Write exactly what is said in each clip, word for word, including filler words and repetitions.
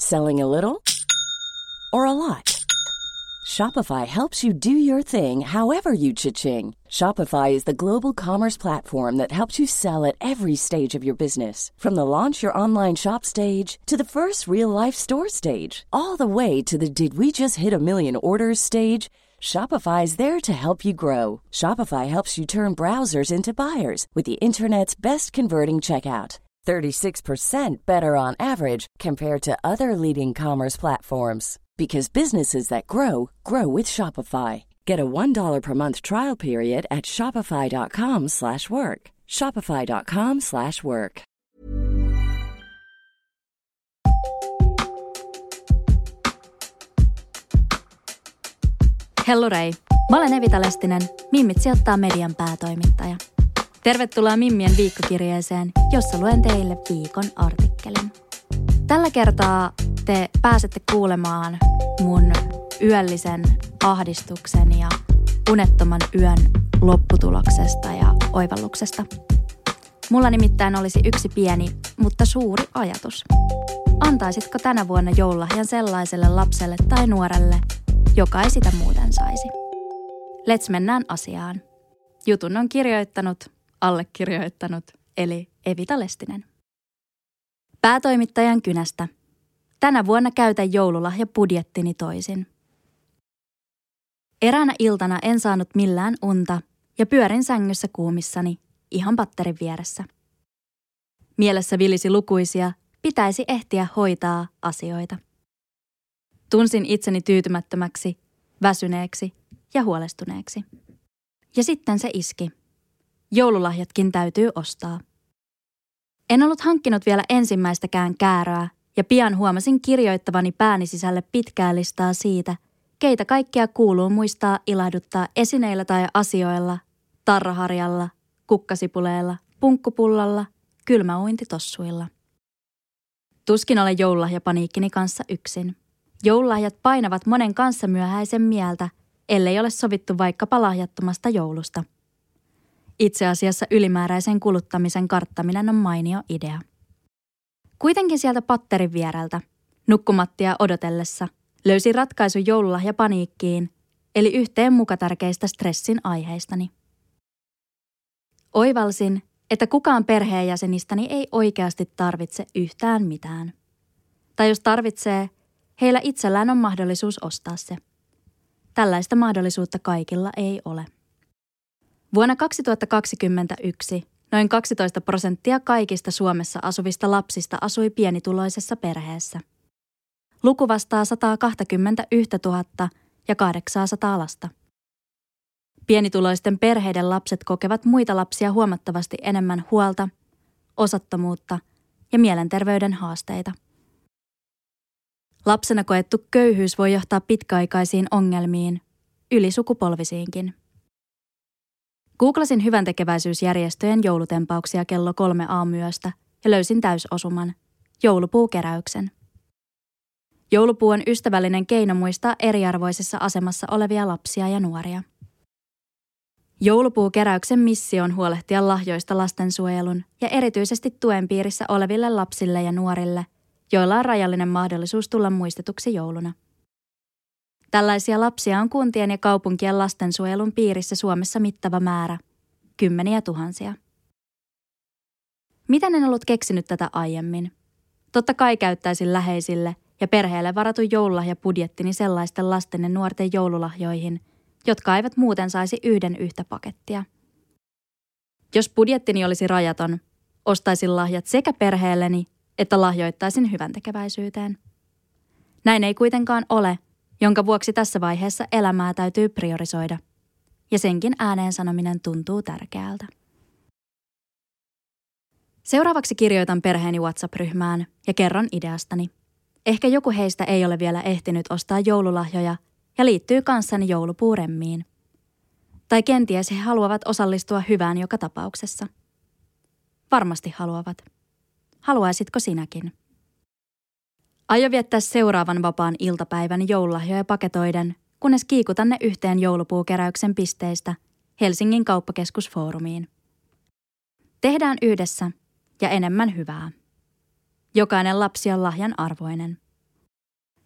Selling a little or a lot? Shopify helps you do your thing however you cha-ching. Shopify is the global commerce platform that helps you sell at every stage of your business. From the launch your online shop stage to the first real-life store stage, all the way to the did we just hit a million orders stage. Shopify is there to help you grow. Shopify helps you turn browsers into buyers with the internet's best converting checkout. thirty-six percent better on average compared to other leading commerce platforms. Because businesses that grow, grow with Shopify. Get a one dollar per month trial period at shopify.com slash work. Shopify.com slash work. Hellurei! Mä olen Evita Lestinen, Mimmit sijoittaa median päätoimittaja. Tervetuloa Mimmien viikkokirjeeseen, jossa luen teille viikon artikkelin. Tällä kertaa te pääsette kuulemaan mun yöllisen ahdistuksen ja unettoman yön lopputuloksesta ja oivalluksesta. Mulla nimittäin olisi yksi pieni, mutta suuri ajatus. Antaisitko tänä vuonna joululahjan sellaiselle lapselle tai nuorelle, joka ei sitä muuten saisi? Let's mennään asiaan. Jutun on kirjoittanut, allekirjoittanut, eli Evita Lestinen. Päätoimittajan kynästä. Tänä vuonna käytän joululahjabudjettini toisin. Eräänä iltana en saanut millään unta ja pyörin sängyssä kuumissani, ihan patterin vieressä. Mielessä vilisi lukuisia, pitäisi ehtiä hoitaa asioita. Tunsin itseni tyytymättömäksi, väsyneeksi ja huolestuneeksi. Ja sitten se iski. Joululahjatkin täytyy ostaa. En ollut hankkinut vielä ensimmäistäkään kääröä ja pian huomasin kirjoittavani pääni sisälle pitkää listaa siitä, keitä kaikkea kuuluu muistaa ilahduttaa esineillä tai asioilla, tarraharjalla, kukkasipuleilla, punkkupullalla, kylmäuintitossuilla. Tuskin olen joululahjapaniikkini kanssa yksin. Joululahjat painavat monen kanssa myöhäisen mieltä, ellei ole sovittu vaikkapa lahjattomasta joulusta. Itse asiassa ylimääräisen kuluttamisen karttaminen on mainio idea. Kuitenkin sieltä patterin viereltä, nukkumattia odotellessa, löysin ratkaisun joululahjapaniikkiin, eli yhteen muka tärkeistä stressin aiheistani. Oivalsin, että kukaan perheenjäsenistäni ei oikeasti tarvitse yhtään mitään. Tai jos tarvitsee, heillä itsellään on mahdollisuus ostaa se. Tällaista mahdollisuutta kaikilla ei ole. Vuonna kaksituhattakaksikymmentäyksi noin kaksitoista prosenttia kaikista Suomessa asuvista lapsista asui pienituloisessa perheessä. Luku vastaa sata kaksikymmentäyksituhatta ja kahdeksansataa lasta. Pienituloisten perheiden lapset kokevat muita lapsia huomattavasti enemmän huolta, osattomuutta ja mielenterveyden haasteita. Lapsena koettu köyhyys voi johtaa pitkäaikaisiin ongelmiin, ylisukupolvisiinkin. Googlasin hyväntekeväisyysjärjestöjen joulutempauksia kello kolme aamuyöstä ja löysin täysosuman, joulupuukeräyksen. Joulupuu on ystävällinen keino muistaa eriarvoisessa asemassa olevia lapsia ja nuoria. Joulupuukeräyksen missio on huolehtia lahjoista lastensuojelun ja erityisesti tuen piirissä oleville lapsille ja nuorille, joilla on rajallinen mahdollisuus tulla muistetuksi jouluna. Tällaisia lapsia on kuntien ja kaupunkien lastensuojelun piirissä Suomessa mittava määrä, kymmeniä tuhansia. Miten en ollut keksinyt tätä aiemmin? Totta kai käyttäisin läheisille ja perheelle varatun joululahjabudjettini sellaisten lasten ja nuorten joululahjoihin, jotka eivät muuten saisi yhden yhtä pakettia. Jos budjettini olisi rajaton, ostaisin lahjat sekä perheelleni että lahjoittaisin hyväntekeväisyyteen. Näin ei kuitenkaan ole, jonka vuoksi tässä vaiheessa elämää täytyy priorisoida. Ja senkin ääneen sanominen tuntuu tärkeältä. Seuraavaksi kirjoitan perheeni WhatsApp-ryhmään ja kerron ideastani. Ehkä joku heistä ei ole vielä ehtinyt ostaa joululahjoja ja liittyy kanssani joulupuuremmiin. Tai kenties he haluavat osallistua hyvään joka tapauksessa. Varmasti haluavat. Haluaisitko sinäkin? Aion viettää seuraavan vapaan iltapäivän joululahjoja paketoiden, kunnes kiikutan ne yhteen joulupuukeräyksen pisteistä Helsingin kauppakeskusfoorumiin. Tehdään yhdessä ja enemmän hyvää. Jokainen lapsi on lahjan arvoinen.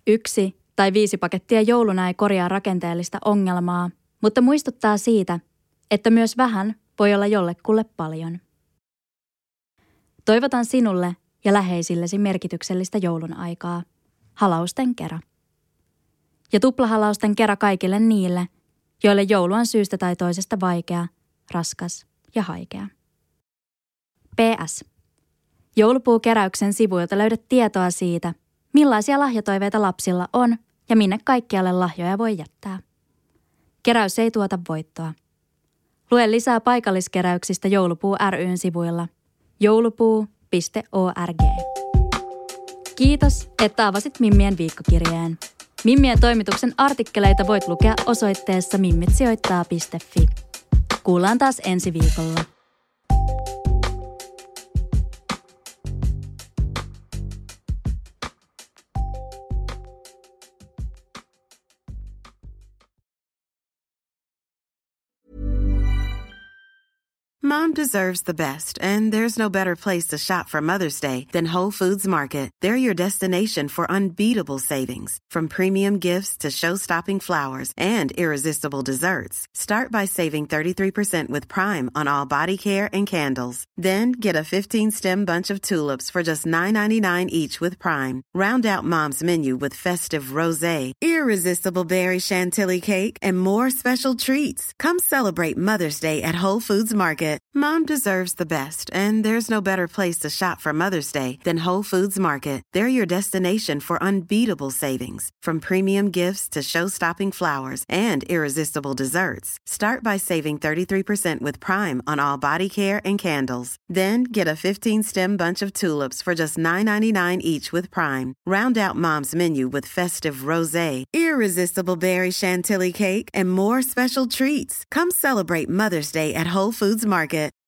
Yksi tai viisi pakettia jouluna ei korjaa rakenteellista ongelmaa, mutta muistuttaa siitä, että myös vähän voi olla jollekulle paljon. Toivotan sinulle ja läheisillesi merkityksellistä joulun aikaa. Halausten kera. Ja tuplahalausten kera kaikille niille, joille joulu on syystä tai toisesta vaikea, raskas ja haikea. P S. Joulupuukeräyksen sivuilta löydät tietoa siitä, millaisia lahjatoiveita lapsilla on ja minne kaikkialle lahjoja voi jättää. Keräys ei tuota voittoa. Lue lisää paikalliskeräyksistä Joulupuu ry:n sivuilla joulupuu piste org. Kiitos, että avasit Mimmien viikkokirjeen. Mimmien toimituksen artikkeleita voit lukea osoitteessa mimmitsijoittaa piste fi. Kuullaan taas ensi viikolla. Mom deserves the best, and there's no better place to shop for Mother's Day than Whole Foods Market. They're your destination for unbeatable savings, from premium gifts to show-stopping flowers and irresistible desserts. Start by saving thirty-three percent with Prime on all body care and candles. Then get a fifteen-stem bunch of tulips for just nine ninety-nine each with Prime. Round out Mom's menu with festive rosé, irresistible berry chantilly cake, and more special treats. Come celebrate Mother's Day at Whole Foods Market. Mom deserves the best, and there's no better place to shop for Mother's Day than Whole Foods Market. They're your destination for unbeatable savings, from premium gifts to show-stopping flowers and irresistible desserts. Start by saving thirty-three percent with Prime on all body care and candles. Then get a fifteen-stem bunch of tulips for just nine ninety-nine each with Prime. Round out Mom's menu with festive rosé, irresistible berry chantilly cake, and more special treats. Come celebrate Mother's Day at Whole Foods Market.